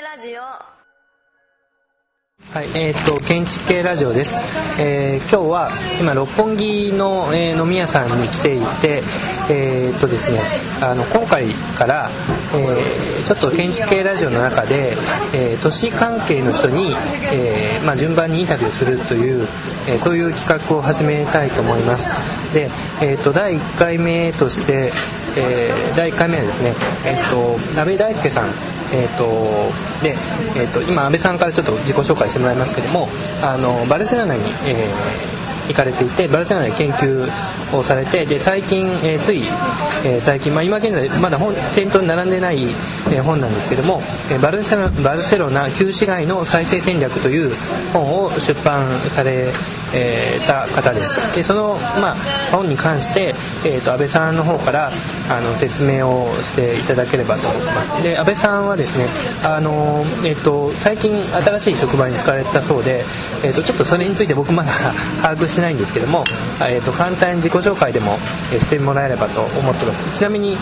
ラジオ。 はい、建築系ラジオです。今日は今六本木の、飲み屋さんに来ていて、ですね、今回から、ちょっと建築系ラジオの中で、都市関係の人に、順番にインタビューするという、そういう企画を始めたいと思います。で、第1回目として、第1回目はですね、安倍大輔さんで、今安倍さんからちょっと自己紹介してもらいますけども、バルセロナに、行かれていて、バルセロナで研究をされて、で最近、つい、最近、今現在まだ店頭に並んでない、本なんですけども、バルセロナ旧市街の再生戦略という本を出版された方です。でその、本に関して、安倍さんの方から説明をしていただければと思ってます。で安倍さんはですね、最近新しい職場に就かれたそうで、ちょっとそれについて僕まだ把握してないんですけども、簡単に自己紹介でもしてもらえればと思ってます。ちなみに、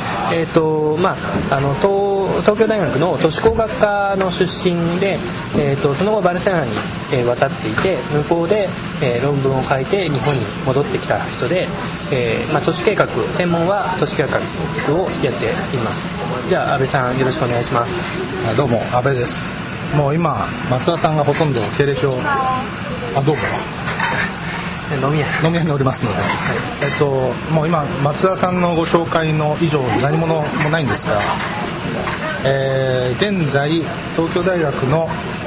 東京大学の都市工学科の出身で、その後バルセロナに、渡っていて、向こうで、論文を書いて日本に戻ってきた人で、都市計画、専門は都市計画をやっています。じゃあ安倍さん、よろしくお願いします。 どうも安倍です。もう今松田さんがほとんど経歴をどうも飲み屋におりますので、もう今松田さんのご紹介の以上何者もないんですが、現在東京大学の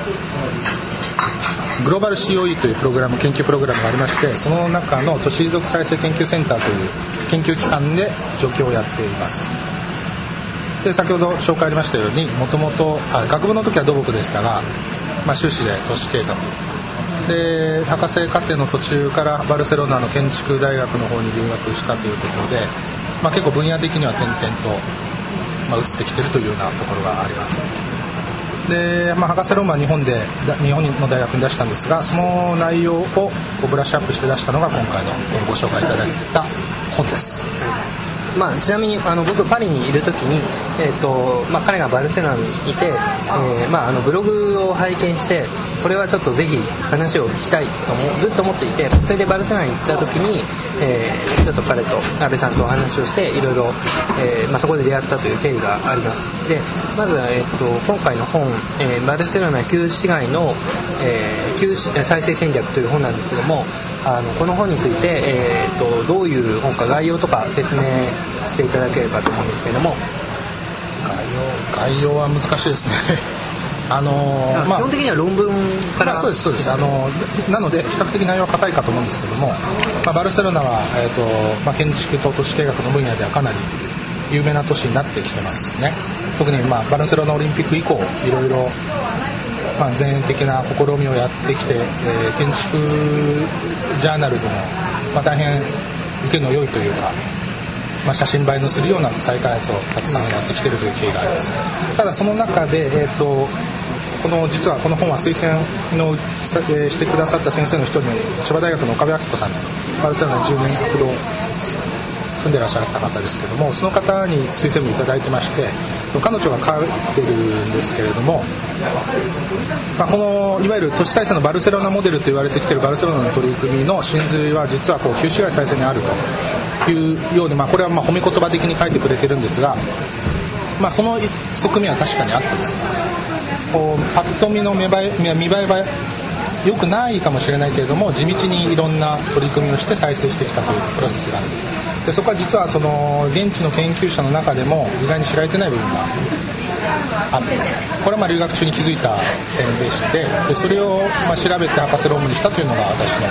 グローバル COE という研究プログラムがありまして、その中の都市持続再生研究センターという研究機関で助教をやっています。で先ほど紹介ありましたように、もともと学部の時は土木でしたが、修士で都市計画で、博士課程の途中からバルセロナの建築大学の方に留学したということで、結構分野的には転々と、移ってきているというようなところがあります。で、博士論文は日本の大学に出したんですが、その内容をブラッシュアップして出したのが今回のご紹介いただいた本です。 ちなみに僕パリにいる時に、彼がバルセロナにいて、ブログを拝見して、これはちょっとぜひ話を聞きたいとずっと思っていて、それでバルセロナに行った時に、ちょっと彼と安倍さんとお話をしていろいろ、そこで出会ったという経緯があります。でまずは、今回の本、バルセロナ旧市街の、再生戦略という本なんですけども、この本について、どういう本か概要とか説明していただければと思うんですけれども。 概要は難しいですね。 基本的には論文から、 そうですなので比較的内容は硬いかと思うんですけども、バルセロナは、建築と都市計画の分野ではかなり有名な都市になってきてますね。特に、バルセロナオリンピック以降いろいろ前衛的な試みをやってきて、建築ジャーナルでも、大変受けの良いというか、写真映えのするような再開発をたくさんやってきているという経緯があります。ただその中で、実はこの本は推薦のしてくださった先生の一人の千葉大学の岡部明子さん、バルセロナに10年ほど住んでいらっしゃった方ですけども、その方に推薦もいただいてまして、彼女が書いてるんですけれども、このいわゆる都市再生のバルセロナモデルと言われてきているバルセロナの取り組みの真髄は実は旧市街再生にあるというように、これは褒め言葉的に書いてくれてるんですが、その側面は確かにあってですね、パッと見の見栄えは良くないかもしれないけれども、地道にいろんな取り組みをして再生してきたというプロセスがある。でそこは実はその現地の研究者の中でも意外に知られてない部分がある。これは留学中に気づいた点でして、でそれを調べて博士論文にしたというのが私の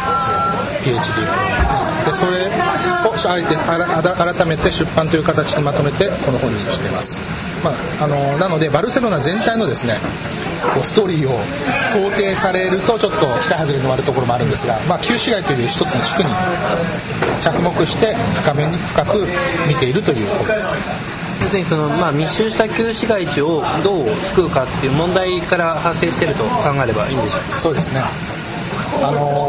PhD で、それを改めて出版という形にまとめてこの本にしています。なのでバルセロナ全体のですねストーリーを想定されるとちょっと北外れのあるところもあるんですが、旧市街という一つの地区に着目して深く見ているということです。 要するに密集した旧市街地をどう救うかっていう問題から発生していると考えればいいんでしょうか。 そうですね。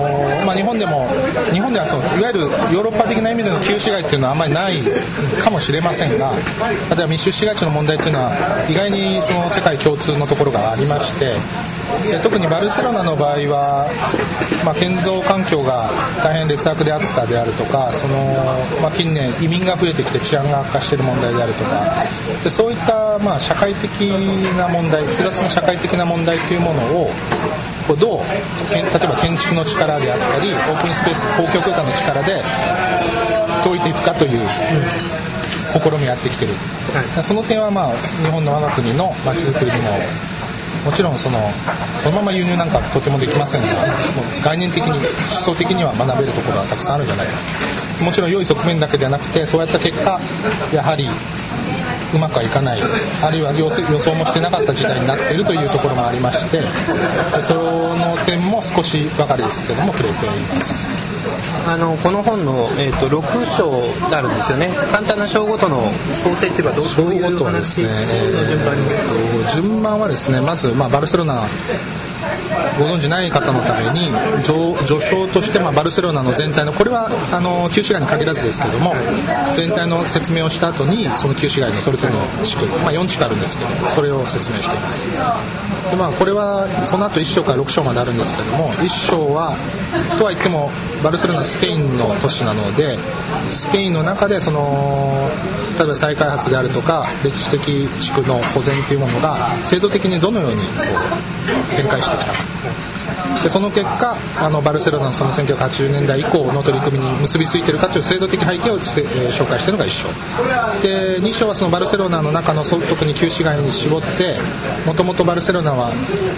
日本ではそのいわゆるヨーロッパ的な意味での旧市街っていうのはあんまりないかもしれませんが、例えば密集市街地の問題っていうのは意外にその世界共通のところがありまして、特にバルセロナの場合は、建造環境が大変劣悪であったであるとか、近年移民が増えてきて治安が悪化している問題であるとかで、そういった社会的な問題、複雑な社会的な問題というものをどう例えば建築の力であったりオープンスペース公共空間の力で解いていくかという試みをやってきている、その点は日本の我が国の街づくりにももちろんそのまま輸入なんかとてもできませんが、もう概念的に思想的には学べるところはたくさんあるんじゃないか。もちろん良い側面だけではなくて、そうやった結果やはりうまくはいかない、あるいは予想もしてなかった時代になっているというところもありまして、その点も少しばかりですけれども触れています。 この本の、6章あるんですよね。簡単な章ごとの構成っていうかどういう話の順番はですね、まず、バルセロナご存じない方のために序章としてバルセロナの全体の、これは旧市街に限らずですけども、全体の説明をした後にその旧市街のそれぞれの地区、4地区あるんですけど、それを説明しています。でこれはその後1章から6章まであるんですけども、1章はとは言ってもバルセロナはスペインの都市なので、スペインの中で例えば再開発であるとか歴史的地区の保全というものが制度的にどのように展開してきたか、でその結果バルセロナのその1980年代以降の取り組みに結びついているかという制度的背景を紹介しているのが1章で、2章はそのバルセロナの中の特に旧市街に絞って、もともとバルセロナは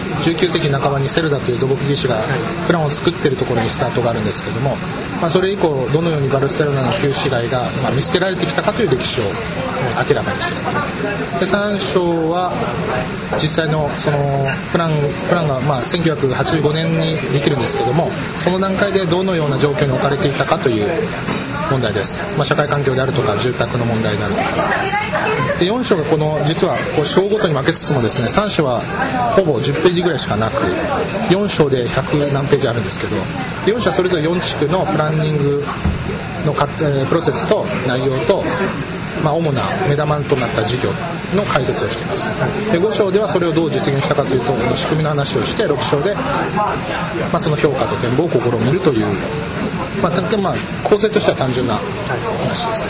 19世紀半ばにセルダという土木技師がプランを作っているところにスタートがあるんですけども、それ以降どのようにバルセロナの旧市街が見捨てられてきたかという歴史を明らかにしている。で3章は実際のそのプランが1985年にできるんですけども、その段階でどのような状況に置かれていたかという問題です。社会環境であるとか住宅の問題であるとかで、4章が実は章ごとに分けつつもですね、3章はほぼ10ページぐらいしかなく、4章で100何ページあるんですけど、4章はそれぞれ4地区のプランニングのプロセスと内容と、主な目玉となった事業の解説をしています。で5章ではそれをどう実現したかというと仕組みの話をして、6章で、その評価と展望を試みるという、構成としては単純な話です。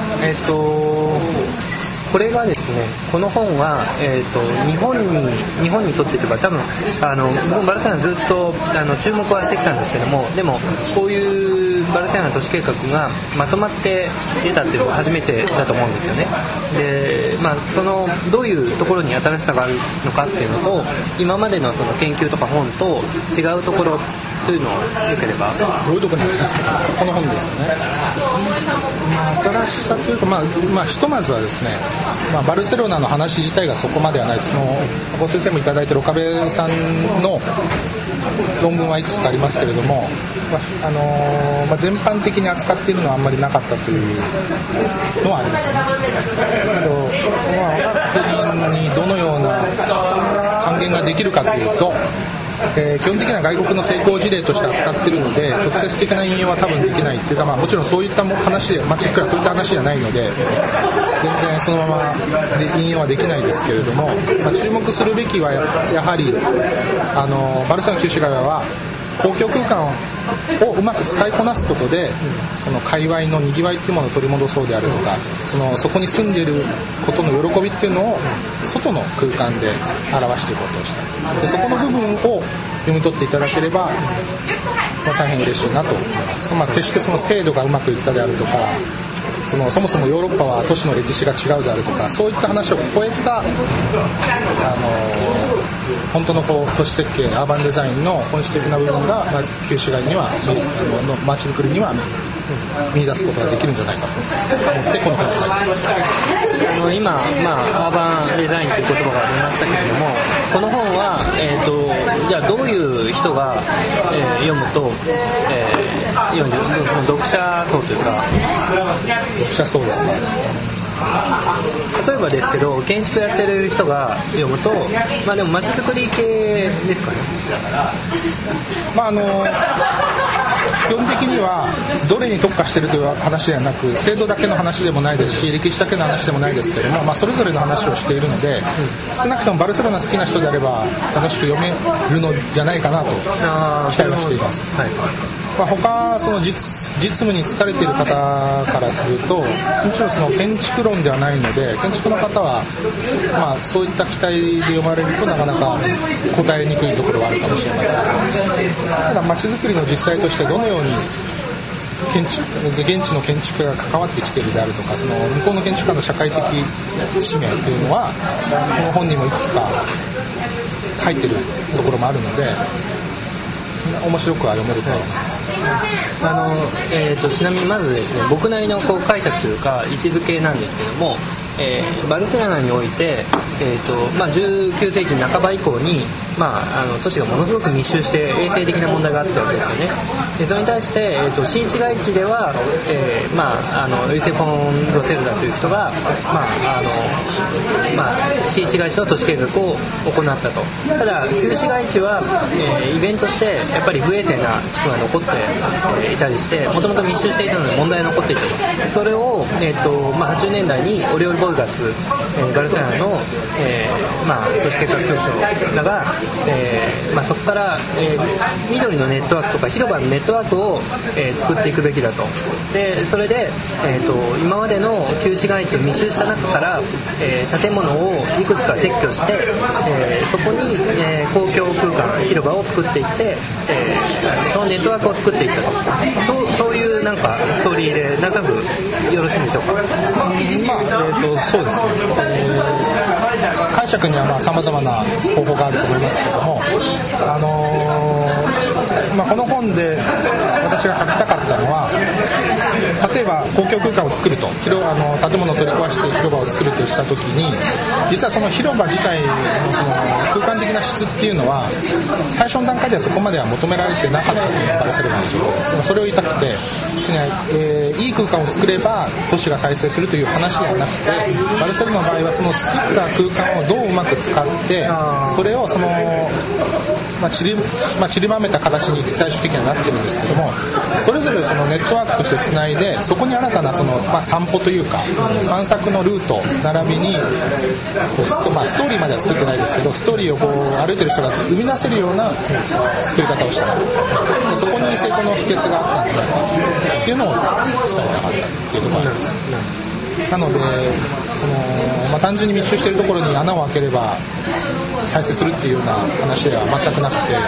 これがですね、この本は、日本にとってというか、多分僕バルセロナずっと注目はしてきたんですけども、でもこういうバルセロナ都市計画がまとまって出たっていうのが初めてだと思うんですよね。で、どういうところに新しさがあるのかっていうのと、今までのその研究とか本と違うところというのをよければ。 どういうところにありますか？この本ですよね。新しさというか、ひとまずはですね、バルセロナの話自体がそこまではないです。ご先生もいただいている岡部さんの論文はいくつかありますけれども、全般的に扱っているのはあんまりなかったというのはありますね。我が国にどのような還元ができるかというと、基本的には外国の成功事例として扱っているので、直接的な引用は多分できないというか、もちろんそういった話で、マチックはそういった話じゃないので全然そのまま引用はできないですけれども、注目するべきはやはりバルセロナ旧市街は公共空間をうまく使いこなすことで、その界隈のにぎわいっていうものを取り戻そうであるとか、そこに住んでいることの喜びっていうのを外の空間で表していこうとしたで、そこの部分を読み取っていただければ、大変嬉しいなと思います。決してその制度がうまくいったであるとか、そもそもヨーロッパは都市の歴史が違うであるとか、そういった話を超えた本当の都市設計、アーバンデザインの本質的な部分が旧市街には街づくりには見出すことができるんじゃないかと思ってこの本を書いてます。 今、アーバンデザインという言葉が出ましたけれども、この本は、じゃあどういう人が、読むと、読者層というか読者層ですね。 例えばですけど、建築やってる人が読むと、でも街づくり系ですかね。 基本的にはどれに特化しているという話ではなく、制度だけの話でもないですし、歴史だけの話でもないですけれども、それぞれの話をしているので、少なくともバルセロナ好きな人であれば楽しく読めるのじゃないかなと期待はしています。他その実務に疲れている方からすると、もちろんその建築論ではないので、建築の方はそういった期待で読まれるとなかなか答えにくいところはあるかもしれません。ただ街づくりの実際としてどのように現地の建築家が関わってきているであるとか、その向こうの建築家の社会的使命というのはこの本にもいくつか書いてるところもあるので、面白くは読めると思います。 ちなみにまずですね、僕なりの解釈というか位置づけなんですけども、バルセロナにおいて、19世紀半ば以降に、都市がものすごく密集して衛生的な問題があったわけですよね。でそれに対して、新市街地では、ユセフォン・ロセルダという人が、新市街地の都市計画を行ったと。ただ旧市街地は、依然としてやっぱり不衛生な地区が残っていたりして、もともと密集していたので問題が残っていたと。それを、80年代にオリオル・ボルガス、バルセロナの、都市計画局長らが、そこから、緑のネットワークとか広場のネットワークを、作っていくべきだと。でそれで、今までの旧市街地を密集した中から、建物をいくつか撤去して、そこに、公共空間広場を作っていって、そのネットワークを作っていったと。そういうなんかストーリーでなんとなくよろしいんでしょうか。 そうですね、解釈には様々な方法があると思いますけども、この本で私が書きたかったのは、例えば公共空間を作ると、建物を取り壊して広場を作るとしたときに、実はその広場自体のその空間的な質っていうのは最初の段階ではそこまでは求められてなかったというバルセロナの状況です。それを言いたくて、いい空間を作れば都市が再生するという話ではなくて、バルセロナの場合はその作った空間をどううまく使って、それをその、散りばめた形に最終的にはなってるんですけども、それぞれそのネットワークとしてつないで、そこに新たなその、散歩というか散策のルート並びにストーリーまでは作ってないですけど、ストーリーを歩いてる人が生み出せるような作り方をした。そこに成功の秘訣があったんだっていうのを伝えたかったっていうところなんです。なので単純に密集しているところに穴を開ければ再生するっていうような話では全くなくて、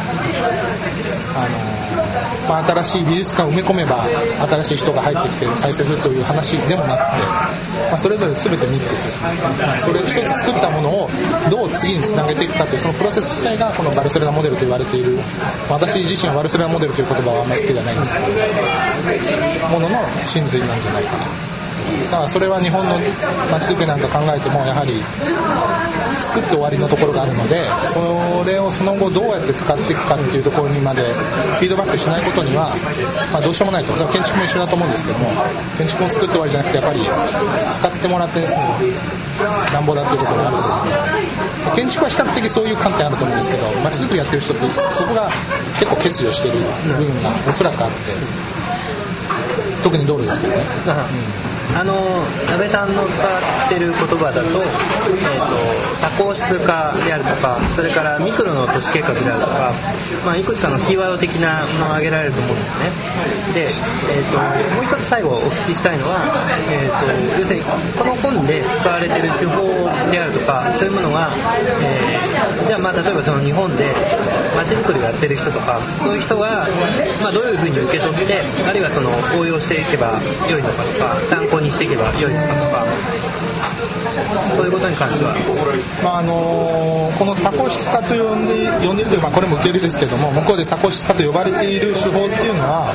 新しい美術館を埋め込めば新しい人が入ってきて再生するという話でもなくて、それぞれ全てミックスですね。それ一つ作ったものをどう次につなげていくかというそのプロセス自体がこのバルセロナモデルと言われている、私自身はバルセロナモデルという言葉はあんまり好きではないんですけど、ものの真髄なんじゃないかな。だからそれは日本の街づくりなんか考えてもやはり作って終わりのところがあるので、それをその後どうやって使っていくかっていうところにまでフィードバックしないことには、どうしようもないと。だから建築も一緒だと思うんですけども、建築を作って終わりじゃなくてやっぱり使ってもらってなんぼだっていうところがあるので、建築は比較的そういう観点あると思うんですけど、街づくりやってる人ってそこが結構欠如している部分がおそらくあって、特に道路ですけどね。 安倍さんの使ってる言葉だと、多項質化であるとか、それからミクロの都市計画であるとか、いくつかのキーワード的なものを挙げられると思うんですね。で、もう一つ最後お聞きしたいのは、要するにこの本で使われている手法であるとか、そういうものが、じゃあ例えばその日本で街づくりをやってる人とか、そういう人が、どういうふうに受け取って、あるいはその応用していけば良いのかとか、参考にしていけば良いのかとか、そういうことに関しては、 この多項質化と呼んでいるという、これも受け入れですけども、向こうで多項質化と呼ばれている手法っていうのは、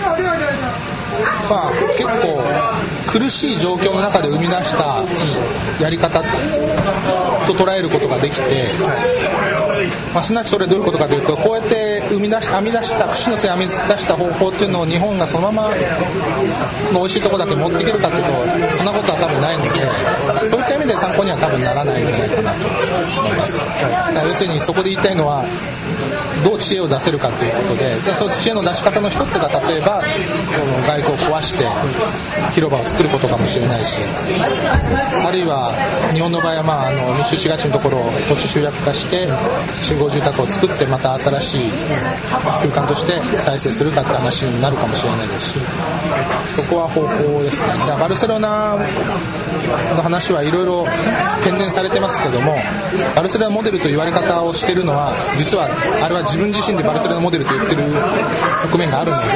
結構苦しい状況の中で生み出したやり方と捉えることができて、すなわちそれはどういうことかというと、こうやって編み出した串の線を編み出した方法っていうのを日本がそのままその美味しいところだけ持っていけるかというと、そんなことは多分ないので、そういった意味で参考には多分ならないんじゃないかなと思います。要するにそこで言いたいのは、 どう知恵を出せるかということで、その知恵の出し方の一つが例えばこの外交を壊して広場を作ることかもしれないし、あるいは日本の場合は密集しがちなところを土地集約化して集合住宅を作ってまた新しい空間として再生するかって話になるかもしれないですし、そこは方法ですね。だからバルセロナの話はいろいろ懸念されてますけども、バルセロナモデルと言われ方をしているのは実はあれは自分自身でバルセロナモデルと言ってる側面があるので、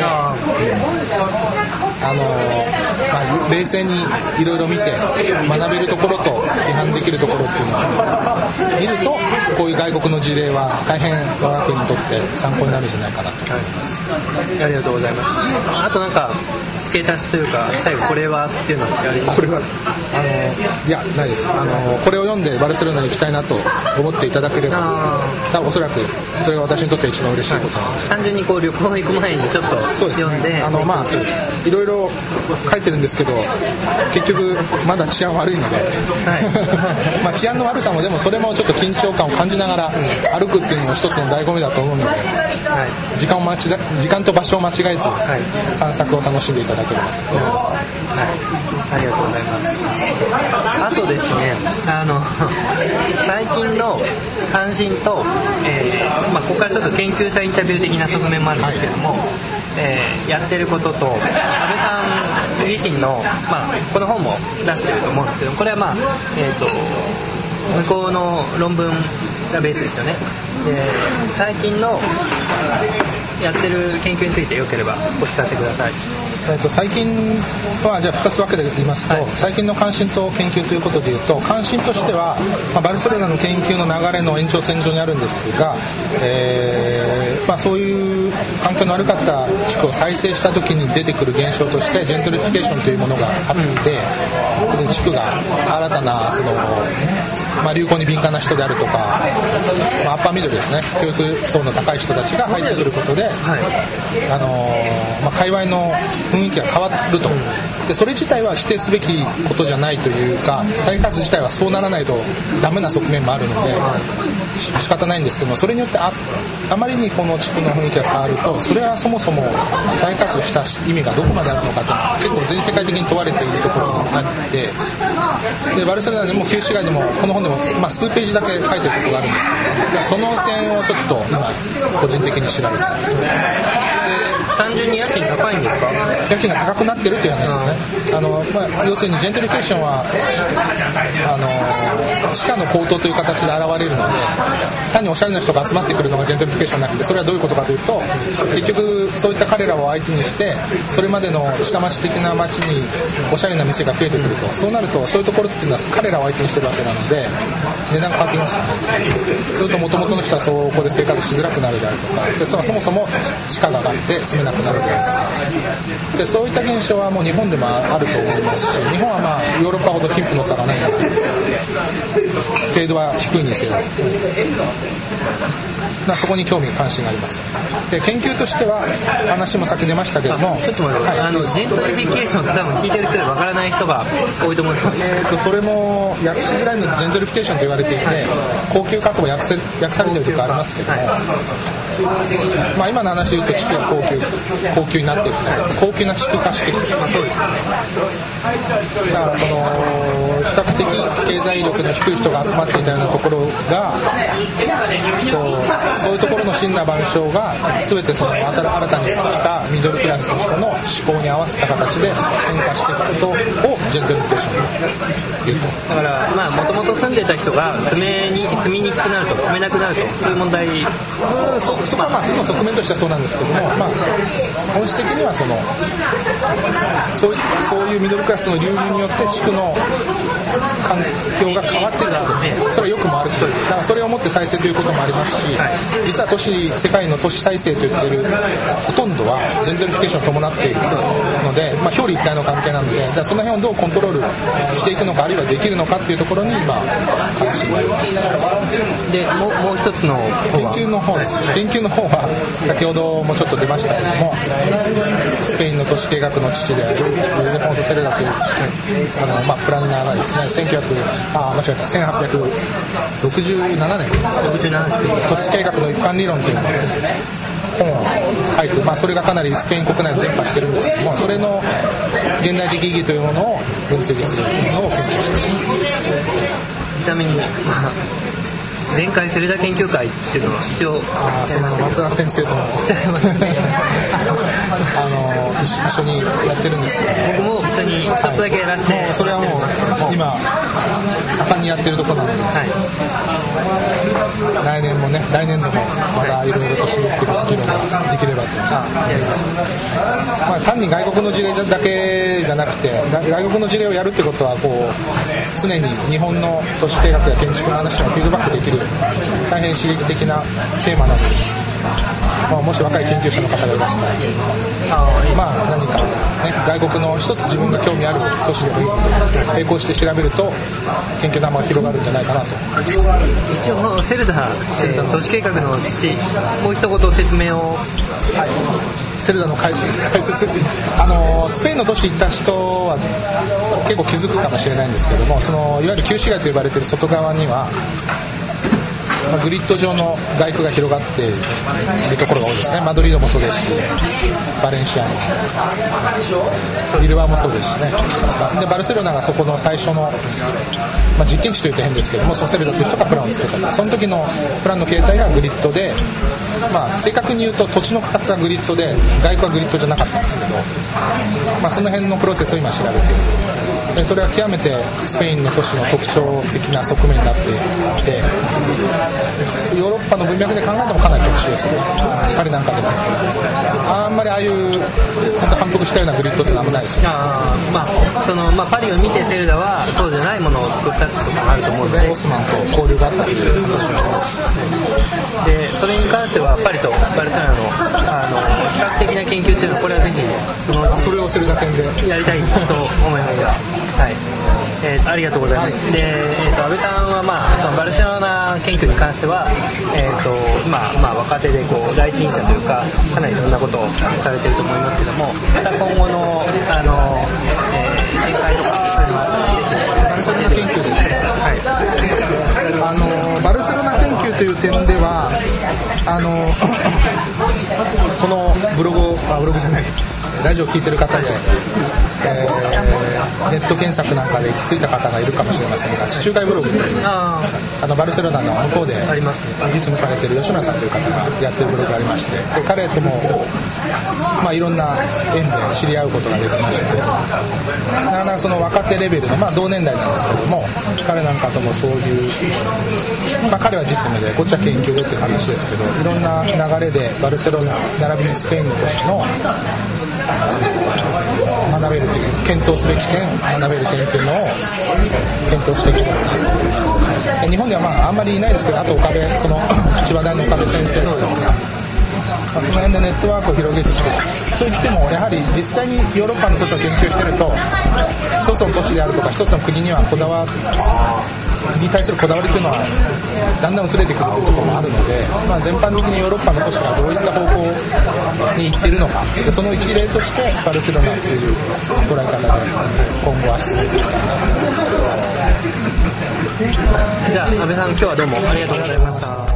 冷静にいろいろ見て学べるところと批判できるところっていうのを見ると、こういう外国の事例は大変我が国にとって参考になるんじゃないかなと思います。 ありがとうございます。あとなんか付け足しというか最後これはっていうのってありますか？ これはいやないです。これを読んでバルセロナに行きたいなと思っていただければ、おそらくそれが私にとって一番嬉しいことなので、 単純にこう旅行行く前にちょっと読んで、 いろいろ書いてるんですけど結局まだ治安悪いので、はい治安の悪さもでもそれもちょっと緊張感を感じながら歩くっていうのも一つの醍醐味だと思うので、時間と場所を間違えず散策を楽しんでいただければと思います。 ありがとうございます。あとですね、最近の関心と、ここからちょっと研究者インタビュー的な側面もあるんですけども、やってることと安倍さん自身の、この本も出してると思うんですけど、これは向こうの論文がベースですよね。最近のやってる研究についてよければお聞かせください。 最近はじゃあ2つ分けで言いますと、最近の関心と研究ということでいうと、関心としては、バルセロナの研究の流れの延長線上にあるんですが、そういう環境の悪かった地区を再生した時に出てくる現象としてジェントリフィケーションというものがあって、地区が新たな流行に敏感な人であるとか、アッパーミドルですね、教育層の高い人たちが入ってくることで、界隈の雰囲気が変わると。でそれ自体は否定すべきことじゃないというか、再開発自体はそうならないとダメな側面もあるので仕方ないんですけども、それによってあまりにこの地区の雰囲気が変わると、それはそもそも再開発した意味がどこまであるのかと、結構全世界的に問われているところがあって、でバルセロナでも旧市街でもこの本でも、数ページだけ書いてることがあるんですけど、その点をちょっと今個人的に調べてます。 単純に家賃高いんですか？ 家賃が高くなってるという話ですね。要するにジェントリフィケーションは地価の高騰という形で現れるので、単におしゃれな人が集まってくるのがジェントリフィケーションなくて、それはどういうことかというと、結局そういった彼らを相手にしてそれまでの下町的な町におしゃれな店が増えてくると、そうなるとそういうところっていうのは彼らを相手にしてるわけなので値段が変わってきますよね。そうすると元々の人はそこで生活しづらくなるであるとか、でそもそも地価が上がって住めなくなるであるとか、でそういった現象はもう日本でもあると思いますし、日本はヨーロッパほど貧富の差がないので程度は低いんですけど、そこに興味関心があります。で研究としては話も先出ましたけども、 ちょっと待って、ジェントリフィケーションって多分聞いてる人でわからない人が多いと思うんですけど、 それも訳しづらいのでジェントリフィケーションと言われていて、高級化とも訳されているところありますけども、今の話で言うと地区が高級になっていくと、高級な地区化していく、 そうですね。 だから比較的経済力の低い人が集まっていたようなところが、そういうところの森羅万象が全て新たに来たミドルクラスの人の思考に合わせた形で変化していくことをジェントリフィケーションと言うと。 だからもともと住んでた人が住みにくくなると、住めなくなると、そういう問題。 そこは側面としてはそうなんですけども、本質的にはそういうミドルクラスの流入によって地区の環境が変わっていることですね。それは良くも悪くもです。だからそれをもって再生ということもありますし、実は世界の都市再生といっているほとんどはジェントリフィケーションを伴っているので、表裏一体の関係なので、その辺をどうコントロールしていくのか、あるいはできるのかっていうところに今関心があります。 でもう一つの方は研究の方です。研究の方は先ほどもちょっと出ましたけれども、 スペインの都市計画の父であるルデポンソ・セルダというプランナーがですね、1867年都市計画の一般理論というのを本を書いて、それがかなりスペイン国内で伝播してるんですけども、それの現代的意義というものを分析するのを研究しています。 ちなみに、前回セルダ研究会っていうのは一応その松田先生とも一緒にやってるんですけど、 僕も一緒にちょっとだけやらせて、 それはもう今盛んにやってるところなので、来年度もまだいろいろと刺激的な議論ができればと思います。単に外国の事例だけじゃなくて、外国の事例をやるってことは常に日本の都市計画や建築の話をフィードバックできる大変刺激的なテーマなので、もし若い研究者の方がいましたら、何か、外国の一つ自分が興味ある都市でもいいので並行して調べると研究玉が広がるんじゃないかなと思います。 一応セルダ都市計画の父、もう一言説明を。 セルダの解説です。スペインの都市行った人は結構気づくかもしれないんですけども、いわゆる旧市街と呼ばれている外側にはグリッド状の街区が広がっているところが多いですね。マドリードもそうですし、バレンシアもビルバーもそうですしね。でバルセロナがそこの最初の、実験地というと変ですけども、そのセルダという人がプランを作ったと。その時のプランの形態がグリッドで、正確に言うと土地の価格がグリッドで外区はグリッドじゃなかったんですけど、その辺のプロセスを今調べている。でそれは極めてスペインの都市の特徴的な側面になっていて、ヨーロッパの文脈で考えてもかなり特殊ですね。パリなんかでもあんまりああいう本当反復したようなグリッドってのはあんまないですよね。 パリを見てセルダはそうじゃないものを作ったってこともあると思うので、 オスマンと交流があったという都市もありますし、 でそれに関してはパリとバルセロナの比較的な研究っていうのは、これはぜひそれをセルダ研でやりたいと思いますが、ありがとうございます。で、安倍さんはそのバルセロナ研究に関しては、若手で第一人者というか、かなりいろんなことをされていると思いますけども、また今後の展開とかバルセロナ研究でですね、バルセロナ研究という点ではこのブログじゃないラジオを聞いてる方で、ネット検索なんかで行き着いた方がいるかもしれませんが、地中海ブログでバルセロナの向こうで実務されている吉村さんという方がやってるブログがありまして、で彼とも、いろんな縁で知り合うことができまして、なかなかその若手レベルの、同年代なんですけども、彼なんかともそういう、彼は実務でこっちは研究でっていう話ですけど、いろんな流れでバルセロナ並びにスペインの都市の学べる検討すべき点、学べる点というのを検討していければなと思います。日本ではあんまりいないですけど、あとその千葉大の岡部先生とか、その辺でネットワークを広げつつといっても、やはり実際にヨーロッパの都市を研究していると、一つの都市であるとか一つの国に対するこだわりというのはだんだん薄れてくるというところもあるので、全般的にヨーロッパの都市がどういった方向に行っているのか、でその一例としてバルセロナという捉え方で今後は進めていきたいなと思います。 じゃあ安倍さん、今日はどうもありがとうございました。